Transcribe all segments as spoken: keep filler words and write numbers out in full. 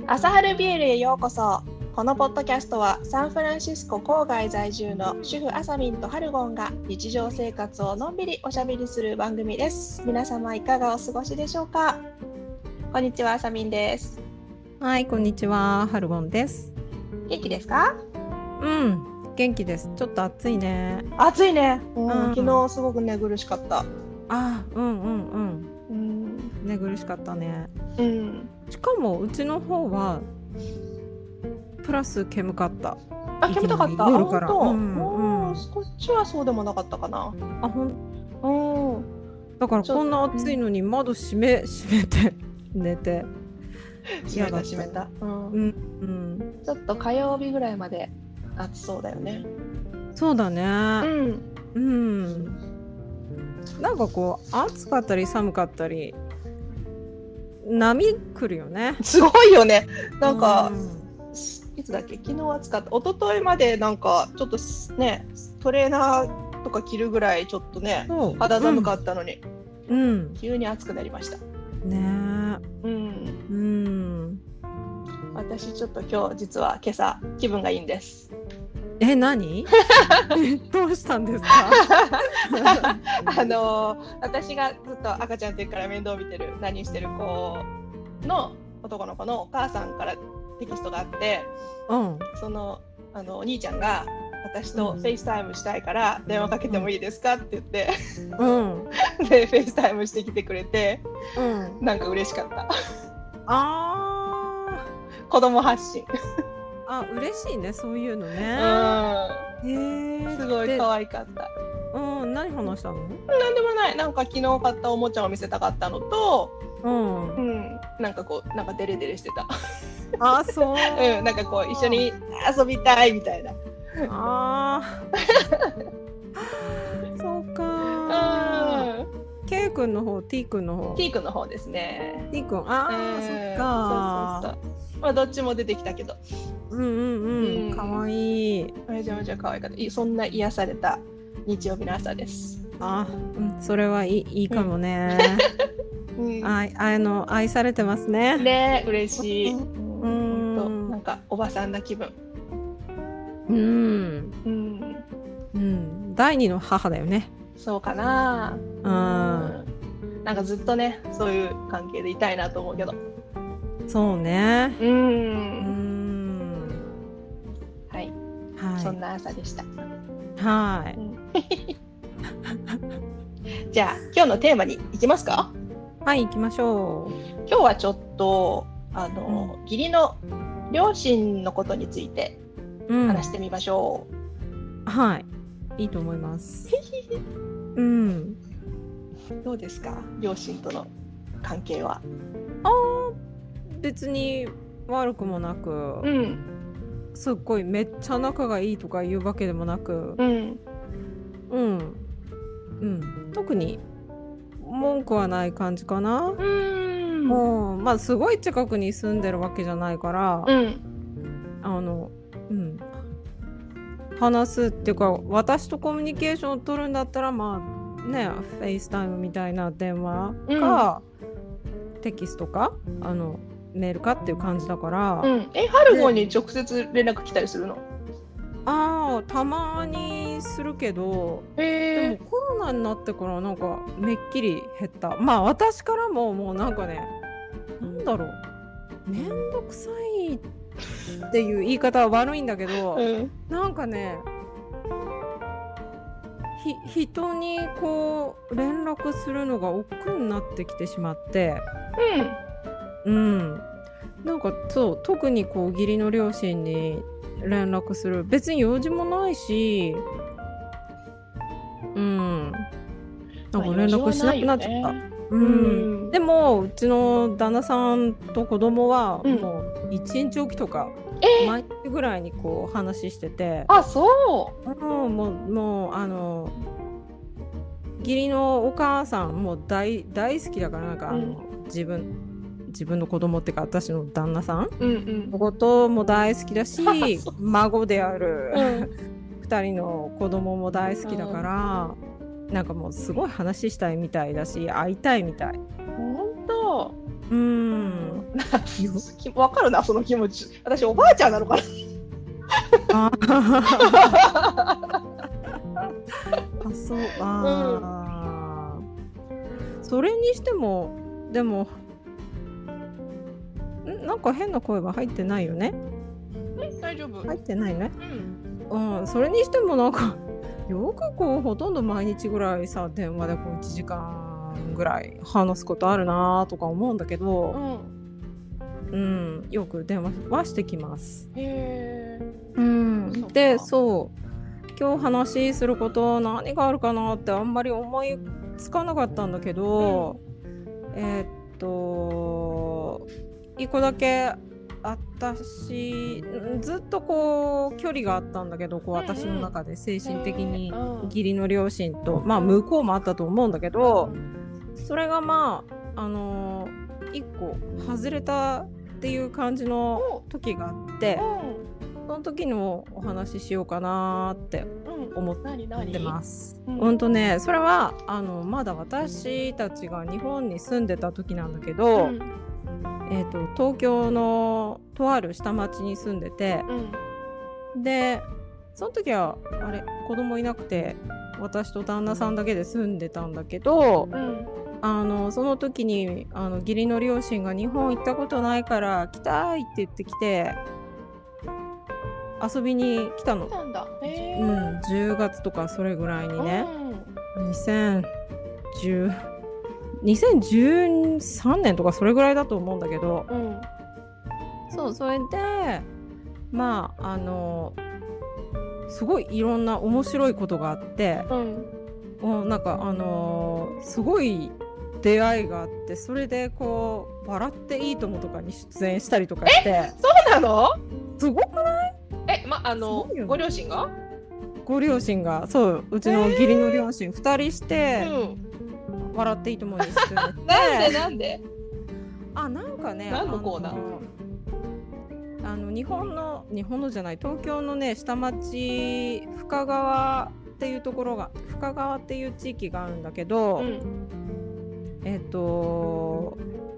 朝春ビールへようこそ。このポッドキャストはサンフランシスコ郊外在住の主婦あさみんとはるごんが日常生活をのんびりおしゃべりする番組です。皆様いかがお過ごしでしょうか。こんにちは、あさみんです。 はい、こんにちは、はるごんです。 元気ですか？ うん、元気です。ちょっと暑いね。 暑いね、うんうん、 昨日すごく寝苦しかった。 あ、うんうんうん、 うん、 寝苦しかったね。 うん、 しかもうちの方はプラス煙かった。 あ、煙たかった。 夜から。 あ、本当、 うんうん、 こっちはそうでもなかったかな。 あ、ほん、 うん、 だからこんな暑いのに窓閉め閉めて寝て。 閉めた閉めた。うん、 うんうん。 ちょっと火曜日ぐらいまで暑そうだよね。 そうだね。 うんうん。なんかこう暑かったり寒かったり波来るよね。 すごいよね。なんか、 うん、 いつだっけ、昨日暑かった。一昨日までなんかちょっとね、トレーナーとか着るぐらいちょっとね、肌寒かったのに、 うん、 急に暑くなりました。 ねえ。 うん。 うん。 私ちょっと今日実は今朝気分がいいんです。 え、何どうしたんですか？ あの私がずっと赤ちゃんの時から面倒見てる何してる子の男の子のお母さんからテキストがあって、 うん、 そのあのお兄ちゃんが私とフェイスタイムしたいから電話かけてもいいですかって言って、うん、でフェイスタイムしてきてくれて、うん、なんか嬉しかった。 あー子供発信。 あ、嬉しいね、そういうのね。 うん、 へえ、 すごい可愛かった。 うん、何話したの？ なんでもない。なんか昨日買ったおもちゃを見せたかったのと、うん、うん、なんかこうなんかデレデレしてた。 あ、そう。 うん、なんかこう一緒に遊びたいみたいな。 ああ。そうか。K 君の方、T 君の方。 T 君の方ですね。 T 君、ああ、そっか。 そうそうそう。まあどっちも出てきたけど。 うんうんうん、かわいい。 めちゃめちゃ可愛かった。そんな癒された日曜日の朝です。 あ、うん、それはいい、いいかもね。うん、愛、あの愛されてますね。 ね、嬉しい。うん、うん、なんかおばさんな気分。 うん、うんうん、第二の母だよね。 そうかな。うん、なんかずっとね、そういう関係でいたいなと思うけど。 そうね。 うん。うんはい、はい。そんな朝でした。 はい。 じゃあ今日のテーマに行きますか？ はい、行きましょう。 今日はちょっとあの、うん、義理の両親のことについて話してみましょう。 うん、はい、いいと思います。うん。 どうですか、両親との関係は？ あ、別に悪くもなく、うん、すっごいめっちゃ仲がいいとかいうわけでもなく、うんうんうん、特に文句はない感じかな。うん、うん、まあすごい近くに住んでるわけじゃないから、うん、あの、うん、話すっていうか私とコミュニケーションを取るんだったらまあね、フェイスタイムみたいな電話か、うん、テキストかあのメールかっていう感じだから、 うん、え、はるごに直接連絡来たりするの？ ああ、たまにするけど、でもコロナになってからなんかめっきり減った。まあ私からももうなんかね、なんだろう、めんどくさいっていう言い方は悪いんだけど、うん、なんかね、ひ人にこう連絡するのが億劫になってきてしまって、うん、うん、なんかそう、特にこう義理の両親に連絡する、別に用事もないし、うん、なんか連絡しなくなっちゃった。うん、うん、でもうちの旦那さんと子供はもう一日おきとか、うん、毎日ぐらいにこう話してて、 あ、そう、 うん、もうもうあの義理のお母さんも 大, 大好きだから、なんかあの、うん、自分自分の子供っていうか私の旦那さんのことも大好きだし、うんうん、孫である、うん、ふたりの子供も大好きだから、うん、なんかもうすごい話したいみたいだし会いたいみたい。 本当？ うん。 わかるなその気持ち。私おばあちゃんなのかな。 ああそうあ、うん、それにしてもでもんなんか変な声が入ってないよね。 大丈夫。 入ってないね。うん、うん、それにしてもなんかよくこうほとんど毎日ぐらいさ電話でこういちじかんぐらい話すことあるなとか思うんだけど、うん、うん、よく電話はしてきます。 へー、うん、でそう今日話すること何があるかなってあんまり思いつかなかったんだけど、うん、えー、っと一個だけ私ずっとこう距離があったんだけどこう私の中で精神的に義理の両親と、まあ向こうもあったと思うんだけどそれがまああのー、一個外れたっていう感じの時があってその時のお話ししようかなって思ってます。うん、ほんとねそれはあのまだ私たちが日本に住んでた時なんだけど、うんえー、と東京のとある下町に住んでて、うん、でその時はあれ子供いなくて私と旦那さんだけで住んでたんだけど、うん、あのその時にあの義理の両親が日本行ったことないから来たいって言ってきて遊びに来たの。 来たんだ。へー、うん、じゅうがつとかそれぐらいにね、うん、にせんじゅうにせんじゅうさんねんとかそれぐらいだと思うんだけど、うん、そうそれでまああのすごいいろんな面白いことがあって、うん、なんかあのー、すごい出会いがあってそれでこう笑っていいともとかに出演したりとかして。 えそうなの？ すごくない？ えまあのご両親がご両親がそううちの義理の両親ふたりして、うん、笑っていいともに出演してなんでなんであなんかね何のコーナーあの日本の日本のじゃない東京のね下町深川っていうところが深川っていう地域があるんだけど、うん、えっと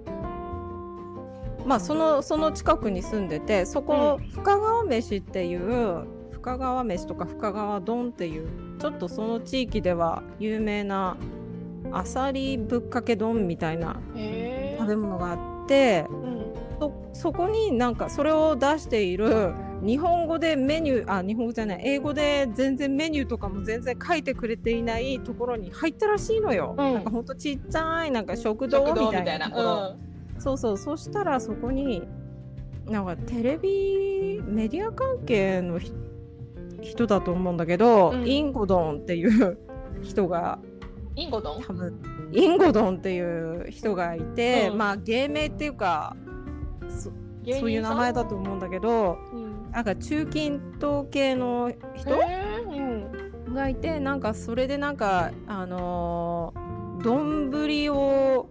まあそのその近くに住んでてそこ、うん、深川飯っていう深川飯とか深川丼っていうちょっとその地域では有名なあさりぶっかけ丼みたいな食べ物があって、うん、そ, そこになんかそれを出している日本語でメニューあ日本語じゃない英語で全然メニューとかも全然書いてくれていないところに入ったらしいのよ、うん、なんかほんとちっちゃいなんか食堂みたいなところ、うん、そうそうそしたらそこになんかテレビメディア関係の人だと思うんだけど、うん、インゴドンっていう人がインゴドン多分インゴドンっていう人がいて、うん、まあ芸名っていうか そ, そういう名前だと思うんだけど、うん、なんか中近東系の人、うん、がいてなんかそれでなんかあのー、丼を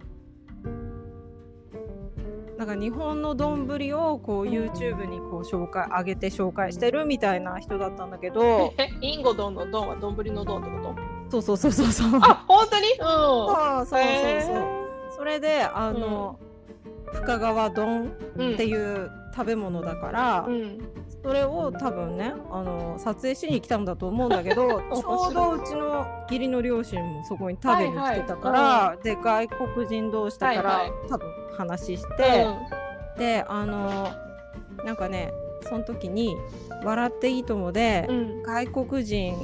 なんか日本の丼をこう YouTube にこう紹介上げて紹介してるみたいな人だったんだけどインゴドンの丼は丼の丼ってこと？ そうそうそうそうそうあ本当に？うん、 そうそうそうそうそれであの、うん、深川丼っていう食べ物だから、うん、それを多分ねあの撮影しに来たんだと思うんだけどちょうどうちの義理の両親もそこに食べに来てたから、はいはい、で外国人同士だから、はいはい、多分話して、うん、であのなんかねその時に「笑っていいとも」で、うん、外国人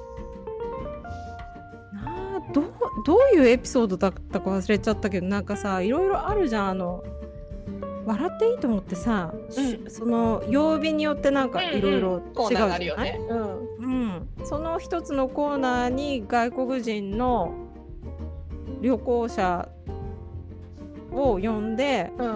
どう、どういうエピソードだったか忘れちゃったけどなんかさいろいろあるじゃんあの笑っていいと思ってさ、うん、その曜日によってなんかいろいろ違うじゃない、うんうん、その一つのコーナーに外国人の旅行者を呼んで、うん、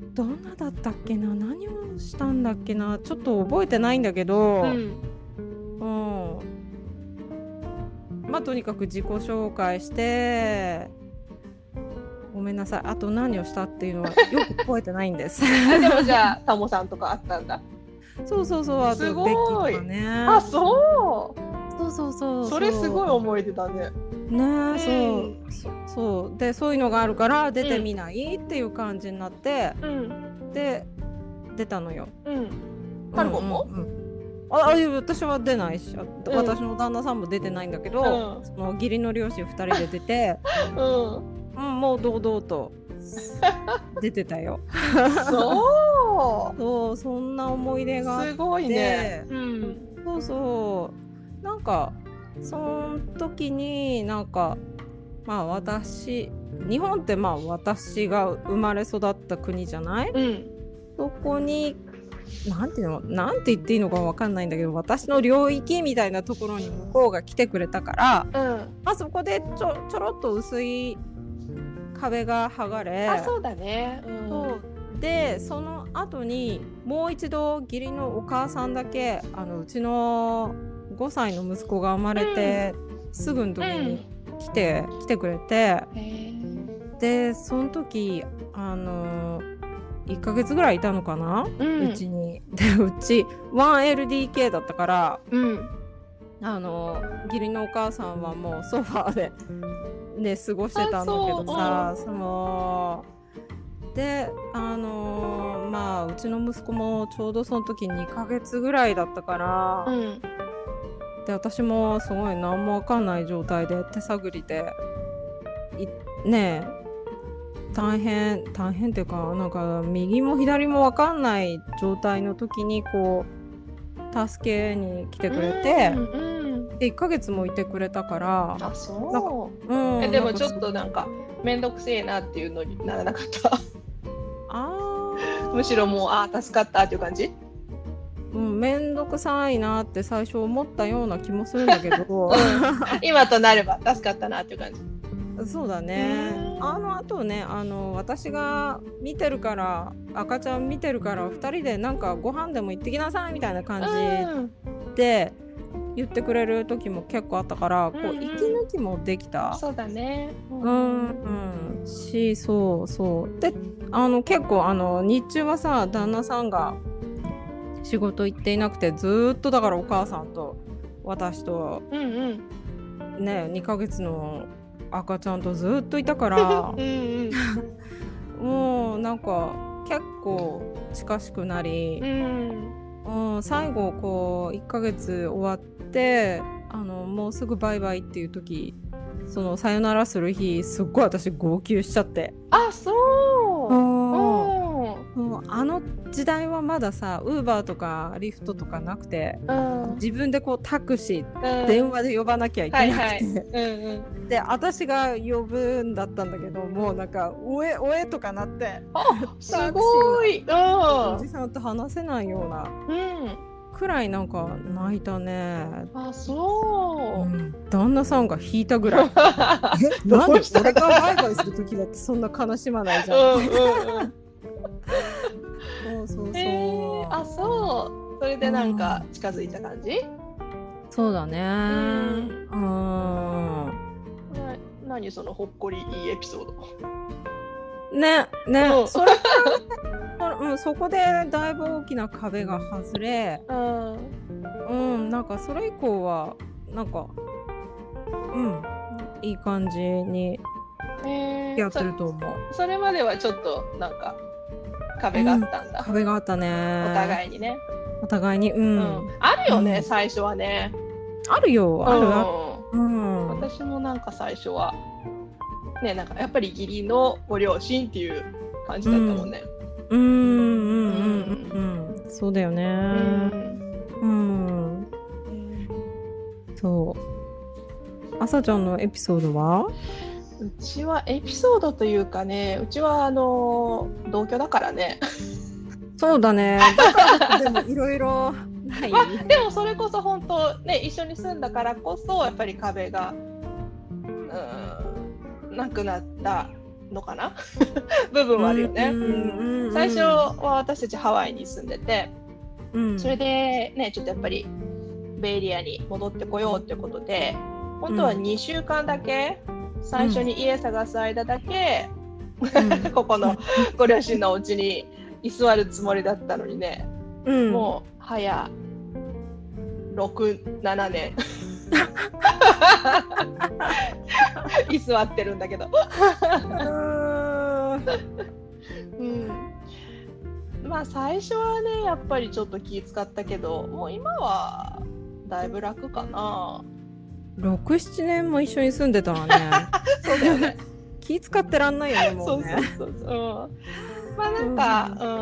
どんなだったっけな何をしたんだっけなちょっと覚えてないんだけど、うんうんまあ、とにかく自己紹介してごめんなさいあと何をしたっていうのはよく覚えてないんですでもじゃあタモさんとかあったんだそうそうそうあとベッキーとかねあそうそうそうそうそれすごい思い出だねねえそう そ, そうでそういうのがあるから出てみない、うん、っていう感じになって、うん、で出たのよ。 ハルコンも？ ああ私は出ないし、うん、私の旦那さんも出てないんだけど、うん、その義理の両親ふたりで出て、うんうん、もう堂々と出てたよ。 そうそうそんな思い出があってすごいね、 うん、そうそうなんかその時になんかまあ私日本ってまあ私が生まれ育った国じゃない、うん、そこになんていうのなんて言っていいのか分かんないんだけど私の領域みたいなところに向こうが来てくれたから、うんまあ、そこでちょ、ちょろっと薄い壁が剥がれあそうだね、うん、 そうでその後にもう一度義理のお母さんだけあのうちのごさいの息子が生まれて、うん、すぐの時に来て、うん、来てくれてでその時あのいっかげつぐらいいたのかな、うん、うちにでうち ワンエルディーケー だったから、うん、あの義理のお母さんはもうソファーで、ね、過ごしてたんだけどさそのであのー、まあうちの息子もちょうどその時にかげつぐらいだったから、うん、で私もすごい何も分かんない状態で手探りでねえ大変大変っていうかなんか右も左も分かんない状態の時にこう助けに来てくれて、うんうん、でいっかげつもいてくれたからあそう、うん、えでもちょっとなんかめんどくせえなっていうのにならなかったあむしろもうあ助かったっていう感じうん、めんどくさいなって最初思ったような気もするんだけど、うん、 今となれば助かったなっていう感じそうだねあのあとねあの私が見てるから赤ちゃん見てるからふたりでなんかご飯でも行ってきなさいみたいな感じで言ってくれる時も結構あったから、うん、こう息抜きもできたそうだねうん、うんうん、しそうそうであの結構あの日中はさ旦那さんが仕事行っていなくてずっとだからお母さんと私と、うんうん、ねにかげつの赤ちゃんとずっといたからうん、うん、もうなんか結構近しくなり、うんうん、最後こういっかげつ終わってあのもうすぐバイバイっていう時そのさよならする日すっごい私号泣しちゃってあそう、うん、 もうあの時代はまださウーバーとかリフトとかなくて、うん、自分でこうタクシー、うん、電話で呼ばなきゃいけなくて、はいはいうんうん、で私が呼ぶんだったんだけどもうなんかおえおえとかなってすごい、うん、 おじさんと話せないような、うんくらいなんか泣いたねあそう、うん、 旦那さんが引いたぐらいえなんで俺がバイバイする時だってそんな悲しまないじゃんうんうん、うんそうそうそう、 えー、あそうそれでなんか近づいた感じ、うん、 そうだねうんな何そのほっこりいいエピソードねね、うん、それうん、そこでだいぶ大きな壁が外れ、うん、うん、なんかそれ以降はなんかうんいい感じにやってると思う、 えー、そ, それまではちょっとなんか壁があったんだ、 うん、壁があったねお互いにねお互いに、うんうん、 あるよね、うん、最初はねあるよあるある、うん、私もなんか最初はねなんかやっぱり義理のご両親っていう感じだったもんね、 うん、うんうんうんうんうんそうだよねうん、うん、そうあさちゃんのエピソードはうちはエピソードというかねうちはあの同居だからねそうだねだからでもいろいろない、 まあ、でもそれこそ本当ね一緒に住んだからこそやっぱり壁がうんなくなったのかな部分はあるよね、うんうんうん、最初は私たちハワイに住んでて、うん、それでねちょっとやっぱりベイエリアに戻ってこようってことで本当はにしゅうかんだけ、うん、最初に家探す間だけ、うん、ここのご両親のお家に居座るつもりだったのにね、うん、もう早ろく、ななねん居座ってるんだけどうん、まあ最初はねやっぱりちょっと気使ったけど、もう今はだいぶ楽かな。 ろく、ななねんも一緒に住んでたらねそうだよね気使ってらんないよねもうね。 そうそうそうそう、うん、まあなんか、うん、うん、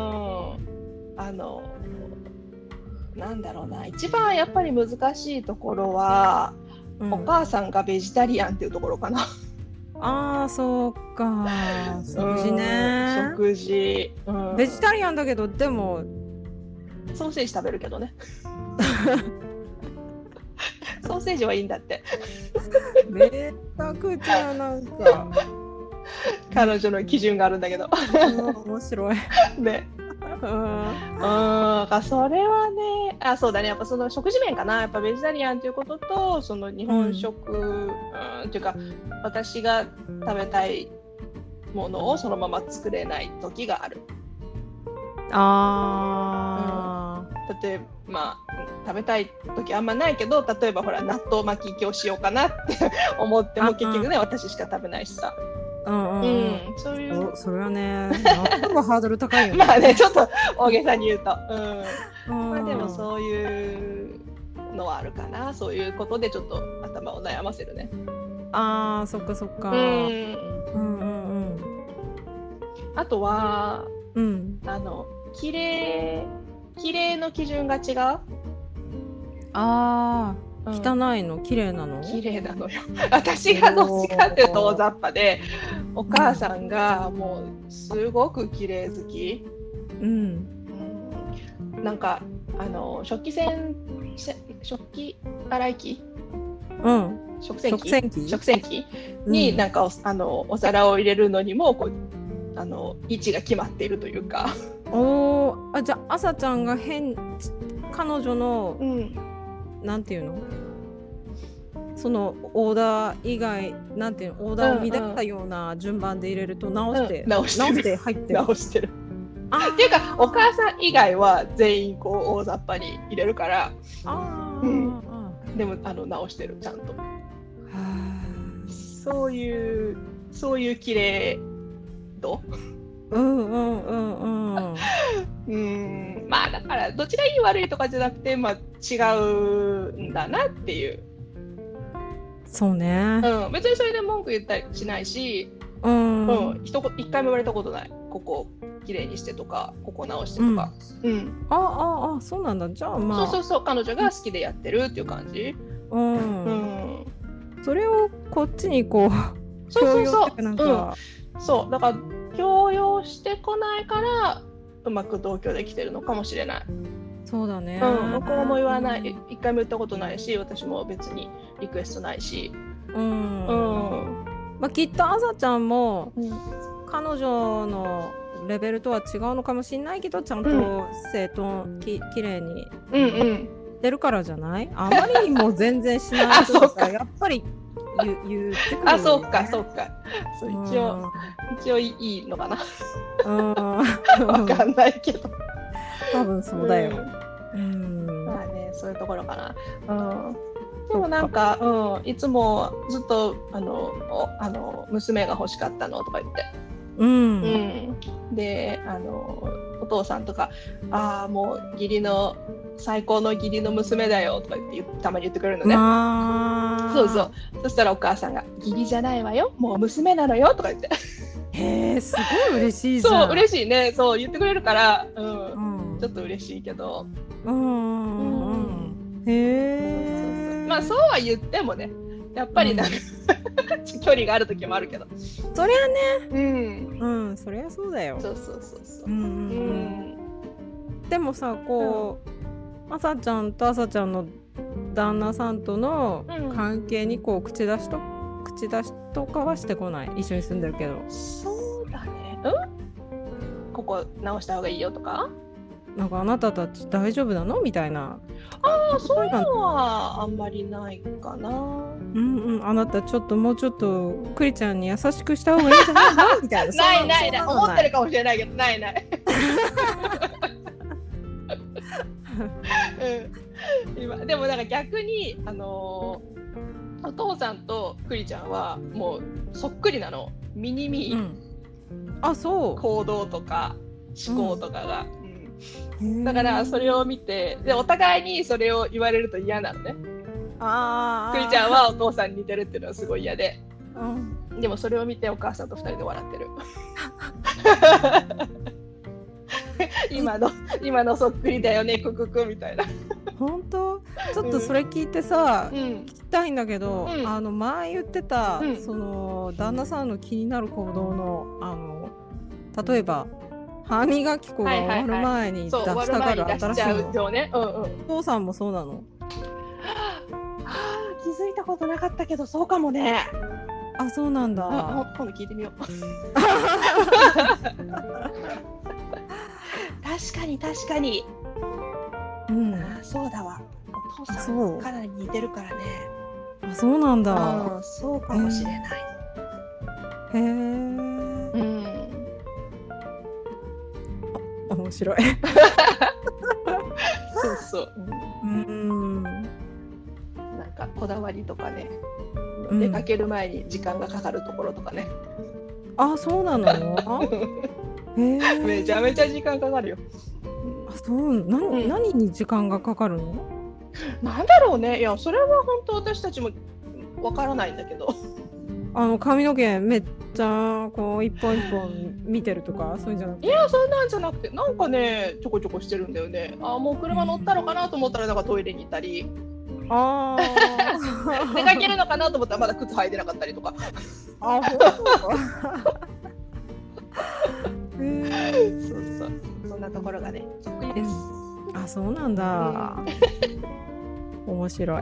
あのなんだろうな、一番やっぱり難しいところは、うん、お母さんがベジタリアンっていうところかな。 あーそうか、食事ね、 うん、食事、うん、 ベジタリアンだけどでもソーセージ食べるけどねソーセージはいいんだってめちゃくちゃなんか彼女の基準があるんだけど面白いね。うん、うん、それはね、あ、そうだね、やっぱその食事面かな、やっぱベジタリアンということと、その日本食、うん、うん、っていうか私が食べたいものをそのまま作れない時がある。 あ、 うん、例えば、まあ、食べたい時あんまないけど、例えばほら納豆巻き今日しようかなって思っても結局ね私しか食べないしさ。うんうんうん、そういうそ, それはねなんかハードル高いよねまあねちょっと大げさに言うと、うん、まあでもそういうのはあるかな。そういうことでちょっと頭を悩ませるね。 あーそっかそっか、うん、うんうんうんあとは、 うん、 あの綺麗綺麗の基準が違う。 あー汚いの綺麗なの？ 綺麗なのよ私がどっちかっていうと大雑把で、お母さんがもうすごく綺麗好き、うん、うん、なんかあの食器洗食器洗い機、 うん、 食洗機食洗機食洗機になんか お,、うん、あのお皿を入れるのにもこうあの位置が決まっているというかおあ、じゃあ朝ちゃんが変彼女の、 うん、 なんていうのそのオーダー以外なんていうのオーダーを乱したような順番で入れると直して、うん、直して直して入ってる直してるっていうかお母さん以外は全員こう大雑把に入れるから、 あ、 うん、でもあの直してるちゃんと。そういうそういう綺麗度うんうんうんうんうんまあだからどっちがいい悪いとかじゃなくて、まあ、違うんだなっていう。 そうね、 うん、別にそれで文句言ったりしないし、 うんうん、一一回も言われたことない。ここ綺麗にしてとかここ直してとか、うんうん、 あああそうなんだ。じゃあまあそうそうそう彼女が好きでやってるっていう感じ、 うんうん、それをこっちにこうそうそうそうなんか、うん、そうだから強要してこないからうまく同居できてるのかもしれない。 そうだね、 うん、向こうも言わない、一回も言ったことないし私も別にリクエストないし、 うん、うんまあ、きっとあさちゃんも、うん、彼女のレベルとは違うのかもしれないけどちゃんと整頓ききれいに出るからじゃない、うんうん、あまりにも全然しないとさやっぱり言, 言ってくるよね。 あ、そうかそうかそう一応、うん、一応いいのかなわかんないけど多分そうだよ、 うんうん、まあねそういうところかな、うん、でもなんか、うん、いつもずっとあのあの娘が欲しかったのとか言って、 うんうん、であのお父さんとかああもう義理の最高の義理の娘だよとか言ってたまに言ってくれるのね、 まあ、 そうそうそしたらお母さんが義理じゃないわよもう娘なのよとか言ってへえすごい嬉しいじゃん。 そう嬉しいねそう言ってくれるから、うんうん、ちょっと嬉しいけどうんうんうんへえまあそうは言ってもねやっぱりなんか、うん、距離がある時もあるけどそりゃねうんうんそりゃそうだよ。 そうそうそうそう、 うんうんうん、でもさこう、うん、あさちゃんとあさちゃんの旦那さんとの関係にこう口出しと口出しとかはしてこない。一緒に住んでるけど。 そうだね。うん？ここ直した方がいいよとか？ なんかあなたたち大丈夫なのみたいな。 ああ、そういうのはあんまりないかな。 うんうん、あなたちょっともうちょっとクリちゃんに優しくした方がいいんじゃないのみたいな。 ないないない。思ってるかもしれないけどないない。うん、今でもなんか逆にあのーお父さんとクリちゃんはもうそっくりなの。ミニミー、うん、 あ、そう行動とか思考とかが、うんうん、だからそれを見て、でお互いにそれを言われると嫌なのね。 あクリちゃんはお父さんに似てるっていうのはすごい嫌で、 うん、 でもそれを見てお母さんとふたりで笑ってる今の今のそっくりだよねクククみたいな。 本当ちょっとそれ聞いてさ、 うん、 聞きたいんだけど、うん、あの前言ってた、 うん、 その旦那さんの気になる行動のあの例えば歯磨き粉が終わる前に出したがる新しいの、 ね、うんうん、 お父さんもそうなの？ はあ、気づいたことなかったけどそうかもね。 あ、そうなんだ。 今度聞いてみよう確かに確かに、 うん、 あ、そうだわ、お父さんかなり似てるからね。 あ、そうなんだ。 あ、そうかもしれない。 へえ、うん、あ、面白いそうそう、 うん、 なんかこだわりとかね、うん、出かける前に時間がかかるところとかね。 あ、そうなのへー、 めちゃめちゃ時間かかるよ。 あ、そう、な、うん、何に時間がかかるの？ なんだろうね。いや、それは本当私たちもわからないんだけど、 あの髪の毛めっちゃこう一本一本見てるとかそういうんじゃなくて？ いや、そんなんじゃなくて、なんかねちょこちょこしてるんだよね。あ、もう車乗ったのかなと思ったらなんかトイレに行ったり、 あ出かけるのかなと思ったらまだ靴履いてなかったりとか。 あ、本当そうそう、そんなところがねそっくりです。 あ、そうなんだ、うん、面白い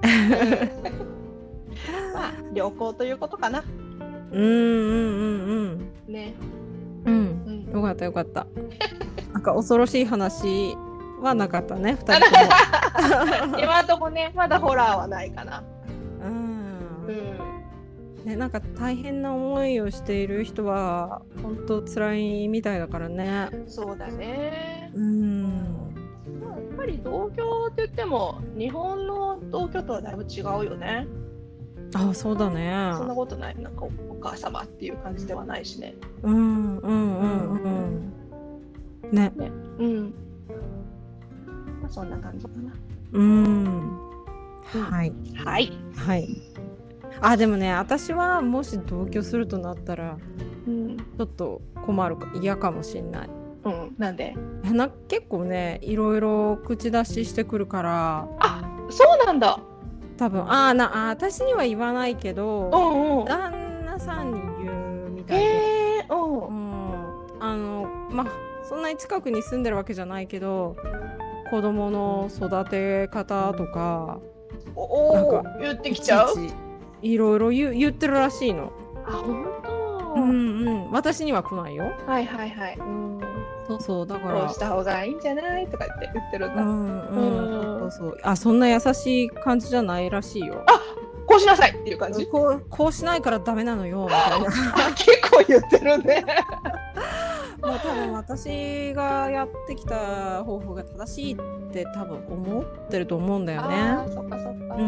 まあ良好ということかな。 うんうんうんうんね、 うん、うん、よかったよかったなんか恐ろしい話はなかったね、ふたりとも今のとこね、まだホラーはないかな。 うん、 うんね、なんか大変な思いをしている人は本当辛いみたいだからね。 そうだね。 うん、 やっぱり同居って言っても日本の同居とはだいぶ違うよね。 あ、そうだね。 そんなことない。なんか お, お母様っていう感じではないしね。 うんうんうんうん。ね。 ね、うん。まあ、そんな感じかな。 うん。はい。 はい。 はい。あ、でもね、私はもし同居するとなったら、うん、ちょっと困るか、嫌かもしんない。 うん。なんで？ な結構ね、いろいろ口出ししてくるから。 あ、そうなんだ。 多分あなあ私には言わないけど、 うんうん、 旦那さんに言うみたいで、 えーうんうん、あのまあそんなに近くに住んでるわけじゃないけど、子供の育て方とか、 おなんか言ってきちゃう？ いろいろ言, 言ってるらしいの。 あ、本当？ うんうん、私には来ないよ。 はいはいはい。うん、 そうそう、だからこうした方がいいんじゃないとかって言ってるんだ。 うんうん、そうそう、あ、そんな優しい感じじゃないらしいよ。 あ、こうしなさいっていう感じ？ こう、こうしないからダメなのよみたいな結構言ってるねもう多分私がやってきた方法が正しいって多分思ってると思うんだよね。 あ、そっかそっか。 うん。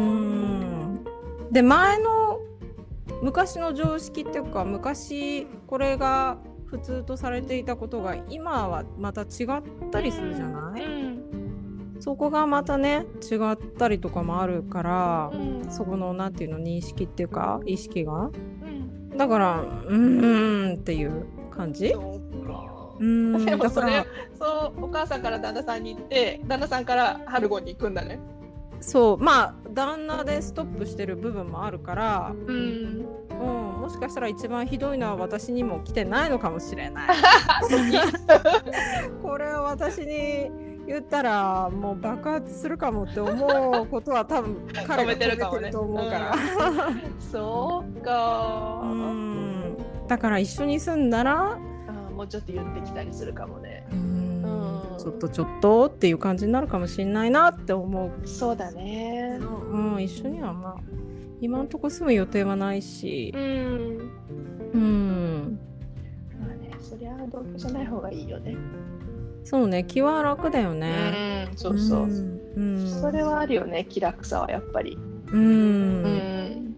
で、前の昔の常識っていうか、昔これが普通とされていたことが今はまた違ったりするじゃない？うん、そこがまたね違ったりとかもあるから、うん、そこのなんていうの認識っていうか意識が、うん、だからうーんっていう感じ。 そうか。 うん、 でもそれだからそうお母さんから旦那さんに行って旦那さんからハルゴンに行くんだね。 そう、まあ旦那でストップしてる部分もあるから、 うん、うん、 もしかしたら一番ひどいのは私にも来てないのかもしれないこれを私に言ったらもう爆発するかもって思うことは多分彼が止めてると思うから、 うん、そうか。 うん、だから一緒に住んだらあ、もうちょっと言ってきたりするかもね。 ちょっとちょっとっていう感じになるかもしれないなって思う。 そうだね、 うん、一緒にはまあ今のところ住む予定はないし、うん、うん、 まあね、そりゃ同居じゃない方がいいよね。 そうね、気は楽だよね。 うん、そうそう、うん、それはあるよね、気楽さはやっぱり。 うん、うん、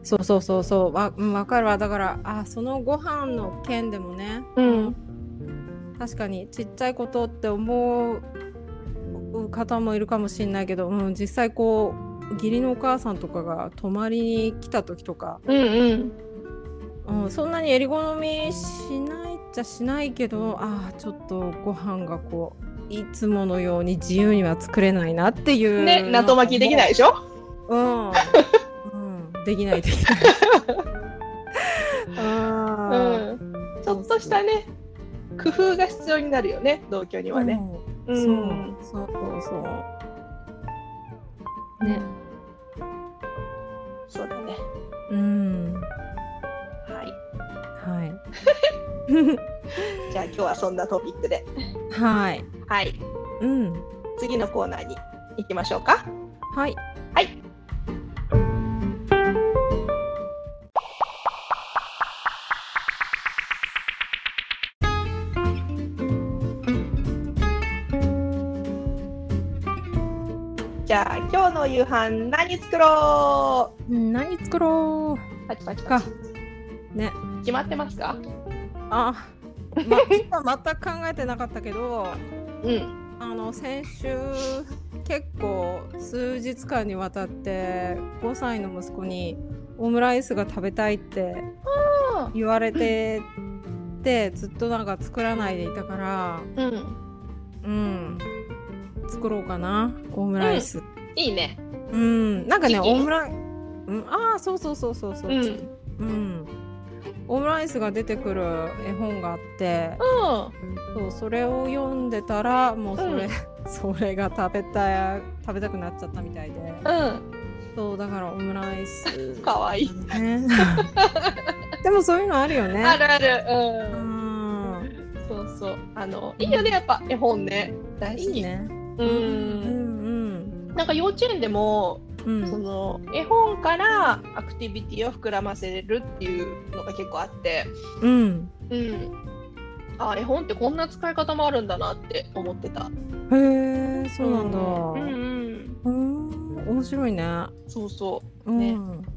そうそうそうそう、わ、わかるわ。だからあそのご飯の件でもね、 うん、 確かにちっちゃいことって思う方もいるかもしれないけど、うん、実際こう義理のお母さんとかが泊まりに来た時とか、 うんうんうん、そんなにえり好みしないっちゃしないけど、あちょっとご飯がこういつものように自由には作れないなっていうね、納豆巻きできないでしょ。 うん、うん、できないできないうん、ちょっとしたね工夫が必要になるよね、同居にはね。 うん、そうそうそうそうね、 そうだね。 うん、 はいはいじゃあ今日はそんなトピックで、 はいはい、 うん、 次のコーナーに行きましょうか。 はいはい。じゃあ今日の夕飯何作ろう、うん、何作ろうパチパチパチね、 決まってますか？ あ、ま、全く考えてなかったけど、うん、あの先週結構数日間にわたってごさいの息子にオムライスが食べたいって言われてて、ずっとなんか作らないでいたから、うん、うん、作ろうかな、オムライス、うん、 いいね。 うん、なんかね、オムライス、うん、ああ、そうそうそうそうそう、うん、うん、オムライスが出てくる絵本があって、うん、そう、それを読んでたらもうそれ、うん、それが食べたい食べたくなっちゃったみたいで、うん、そうだからオムライスかわいい、 ね、でもそういうのあるよね。 あるある、うん、うん、そうそう、あのいいよね、やっぱ絵本ね、大好き。いいね、うん、うんうん、なんか幼稚園でも、うん、その絵本からアクティビティを膨らませるっていうのが結構あって、うんうん、あ、絵本ってこんな使い方もあるんだなって思ってた。 へえ、そうなんだ。うんうん、 うん、面白いね。 そうそうね、うんうん、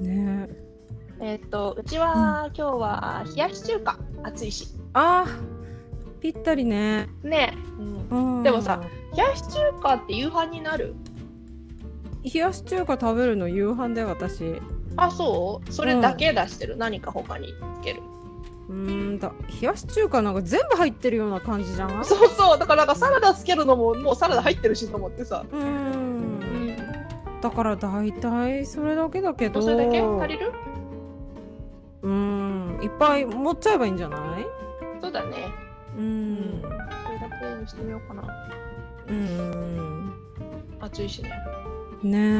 ねえー、っとうちは、うん、今日は冷やし中華、暑いし、 あぴったりね。 ね、うん、でもさ、冷やし中華って夕飯になる？ 冷やし中華食べるの夕飯で私。 あ、そう？それだけ出してる、うん、何か他につける？ うーんだ、冷やし中華なんか全部入ってるような感じじゃん。 そうそう、だからなんかサラダつけるのももうサラダ入ってるしと思ってさ、うーん、うん、 だから大体それだけだけど、 それだけ足りる？ うーん、いっぱい持っちゃえばいいんじゃない？ そうだね、うん、それだけにしてみようかな。うん、暑いしね。ねえ、うん、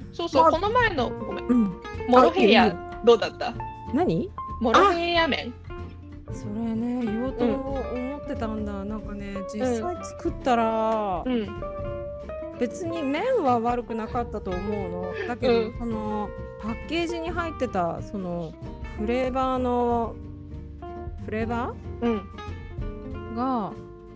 そうそう、まあ、この前のごめん、うん、モロヘイヤどうだった？ 何？ モロヘイヤ麺？ それね、言おうと思ってたんだ、うん、なんかね、実際作ったら、うん、別に麺は悪くなかったと思うの。だけど、うん、そのパッケージに入ってたそのフレーバーのフレーバー、うん、が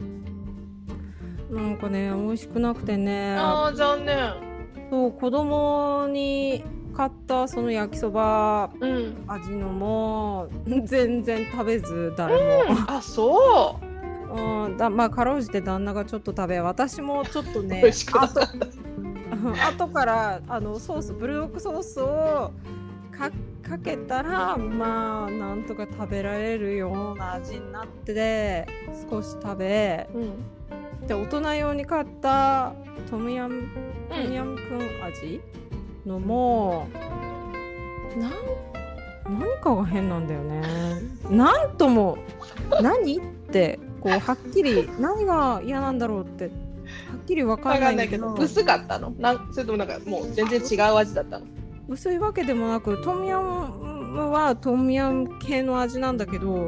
なんかね、美味しくなくてね。 あー、残念。 そう、子供に買ったその焼きそば味のも、うん、全然食べず、誰も、 うん、あ、そう、 うん、だ、まあかろうじて旦那がちょっと食べ、私もちょっとねあと後からあのソース、ブルドックソースを か, かけたら、まあなんとか食べられるような味になってて、少し食べ、うん、で大人用に買ったトムヤムトムヤムクン味のも、うん、なん何かが変なんだよね。なんとも何ってこうはっきり何が嫌なんだろうってはっきり分かんないんだけど、 薄かったの？なんそれともなんかもう全然違う味だったの？ 薄いわけでもなく、トムヤムはトムヤム系の味なんだけど、うん、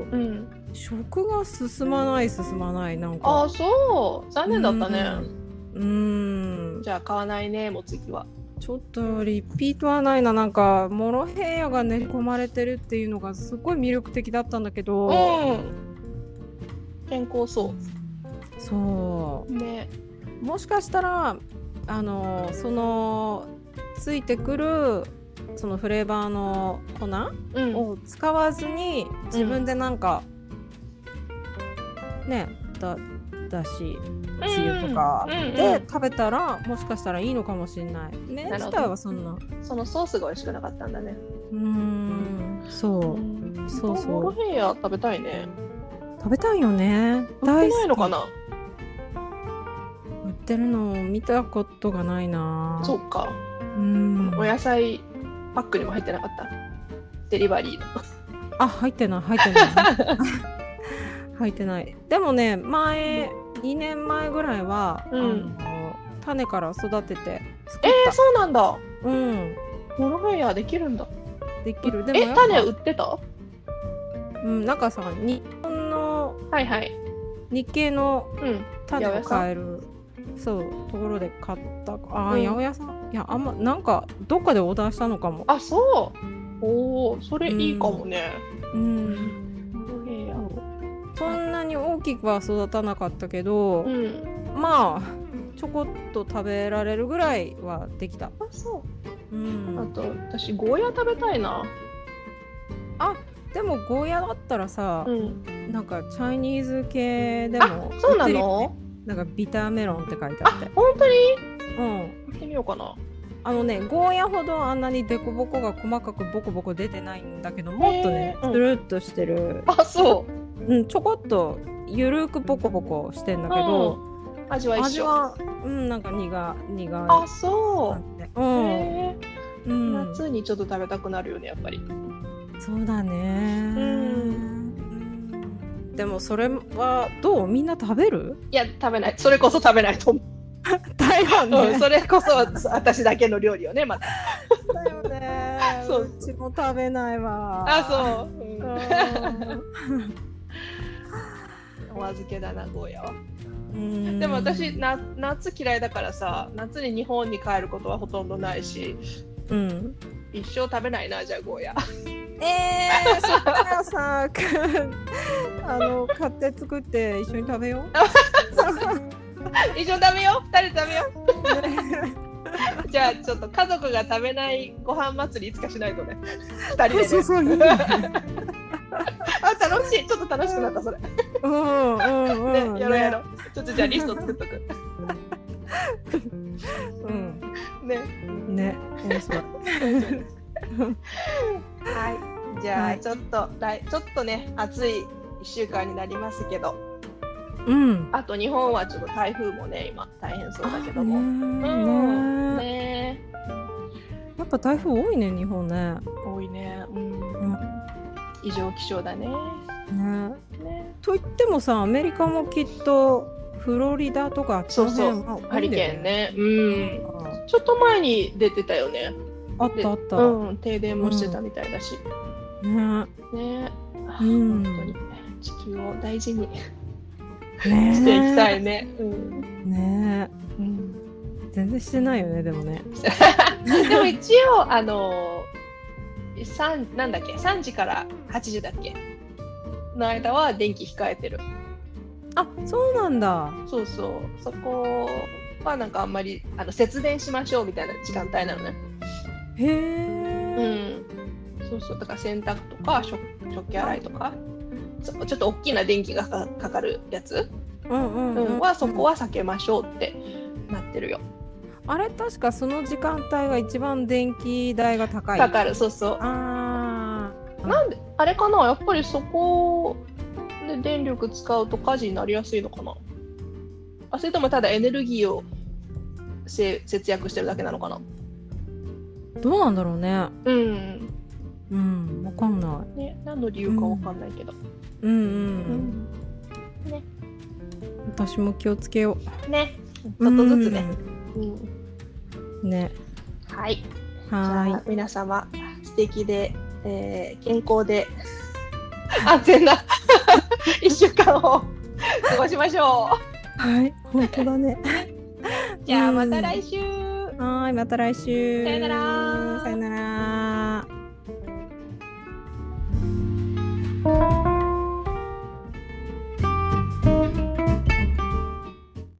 食が進まない進まない、なんか。 あ、そう残念だったね。 うーん、じゃあ買わないね、もう次は。 ちょっとリピートはないな。なんかモロヘイヤが練り込まれてるっていうのがすごい魅力的だったんだけど、うん、 健康そう。 そうね。もしかしたらあのそのついてくるそのフレーバーの粉を使わずに自分でなんか、うん、ねだだしつゆとかで食べたら、もしかしたらいいのかもしれないね。自体はそんなそのソースが美味しくなかったんだね。 うーんそう、うん、そうそう。 モロヘイヤ食べたいね。 食べたいよね。 大好き。売ってないのかな。 売ってるのを見たことがないな。 そうか。 うん。 お野菜パックにも入ってなかった。デリバリーの。 あ、入ってない入ってない入ってない。でもね、前にねんまえぐらいは、うん、あの種から育てて作った。えー、そうなんだ。 うん。 モロヘイヤできるんだ。 できる。でもえ、種売ってた？ うん、なんかさ、日本の、 はいはい、 日系の種を買える、うん、そうところで買った。ああ、八百屋さん。いや、あんまなんかどっかでオーダーしたのかも。 あ、そう。おお、それいいかもね。 うん。うんモロヘイヤ。そんなに大きくは育たなかったけど、うん、まあちょこっと食べられるぐらいはできた。 あ、そう。うん。あと私ゴーヤ食べたいな。 あ、でもゴーヤだったらさ、うん、なんかチャイニーズ系でも、 あ、そうなの？ なんかビターメロンって書いてあって。 あ、本当に？ うん。 行ってみようかな。 あのね、ゴーヤほどあんなにデコボコが細かくボコボコ出てないんだけど、もっとね、つるっとしてる。 あ、そう。 うん、ちょこっとゆるくボコボコしてんだけど、 うん、味は一緒。 味は、うん、なんか苦苦い。 あ、そう。 うん。 うん、夏にちょっと食べたくなるよね、やっぱり。 そうだね。うん。でもそれはどう？みんな食べる？ いや、食べない。それこそ食べないと思う。 だよね、 うん。それこそ私だけの料理よね、また。 だよね。そう。うちも食べないわ。 あ、そう。うん、お預けだな、ゴーヤは。でも私な夏嫌いだからさ、夏に日本に帰ることはほとんどないし、うん、一生食べないな、じゃあゴーヤ。 えー、そしたらさあの買って作って一緒に食べよう。 一緒に食べよう、二人で食べよう。じゃあちょっと家族が食べないご飯祭りいつかしないとね。二人で、ね。そうそうそう。あ、楽しい。ちょっと楽しくなったそれ。うんうんうん。ね、やろうやろう。ね、ちょっとじゃあリスト作っとく。うん。ね。 ね。面白い。 はい。じゃあ、はい、ちょっと来ちょっとね暑いいっしゅうかんになりますけど。うん。あと日本はちょっと台風もね今大変そうだけども。ね。うんね。 やっぱ台風多いね日本ね。 多いね。うん。うん、異常気象だね。 ね。ね。といってもさアメリカもきっとフロリダとかそうそうハリケーンね。うん。ちょっと前に出てたよね。 あったあった。 うん停電もしてたみたいだし。 うん、 ね。ね。うん、本当に地球を大事に。ね、していきたいね。うん、 ねえ、うん。全然してないよねでもね。 でも一応あの三なんだっけさんじからはちじだっけの間は電気控えてる。 あ、そうなんだ。 そうそうそこはなんかあんまりあの節電しましょうみたいな時間帯なのね。 へえ。 うん。そうそうだから洗濯とか食食器洗いとか。ちょっと大きな電気が か, かかるやつ、うんうんうんうん、はそこは避けましょうってなってるよ。 あれ確かその時間帯が一番電気代が高い。 かかる。そうそう。あなんであれかなやっぱりそこで電力使うと火事になりやすいのかな。あそれともただエネルギーをせ節約してるだけなのかな。 どうなんだろうね。 うんうん、わかんない、 ね、何の理由かわかんないけど、 うん、うんうんうんね、私も気をつけようねちょっとずつね、 うんうん、ねはいはいじゃあ皆様素敵で、えー、健康で安全ないっしゅうかんを過ごしましょう。はい本当だね。 じゃあまた来週、 うん、はいまた来週。 さよならさよなら。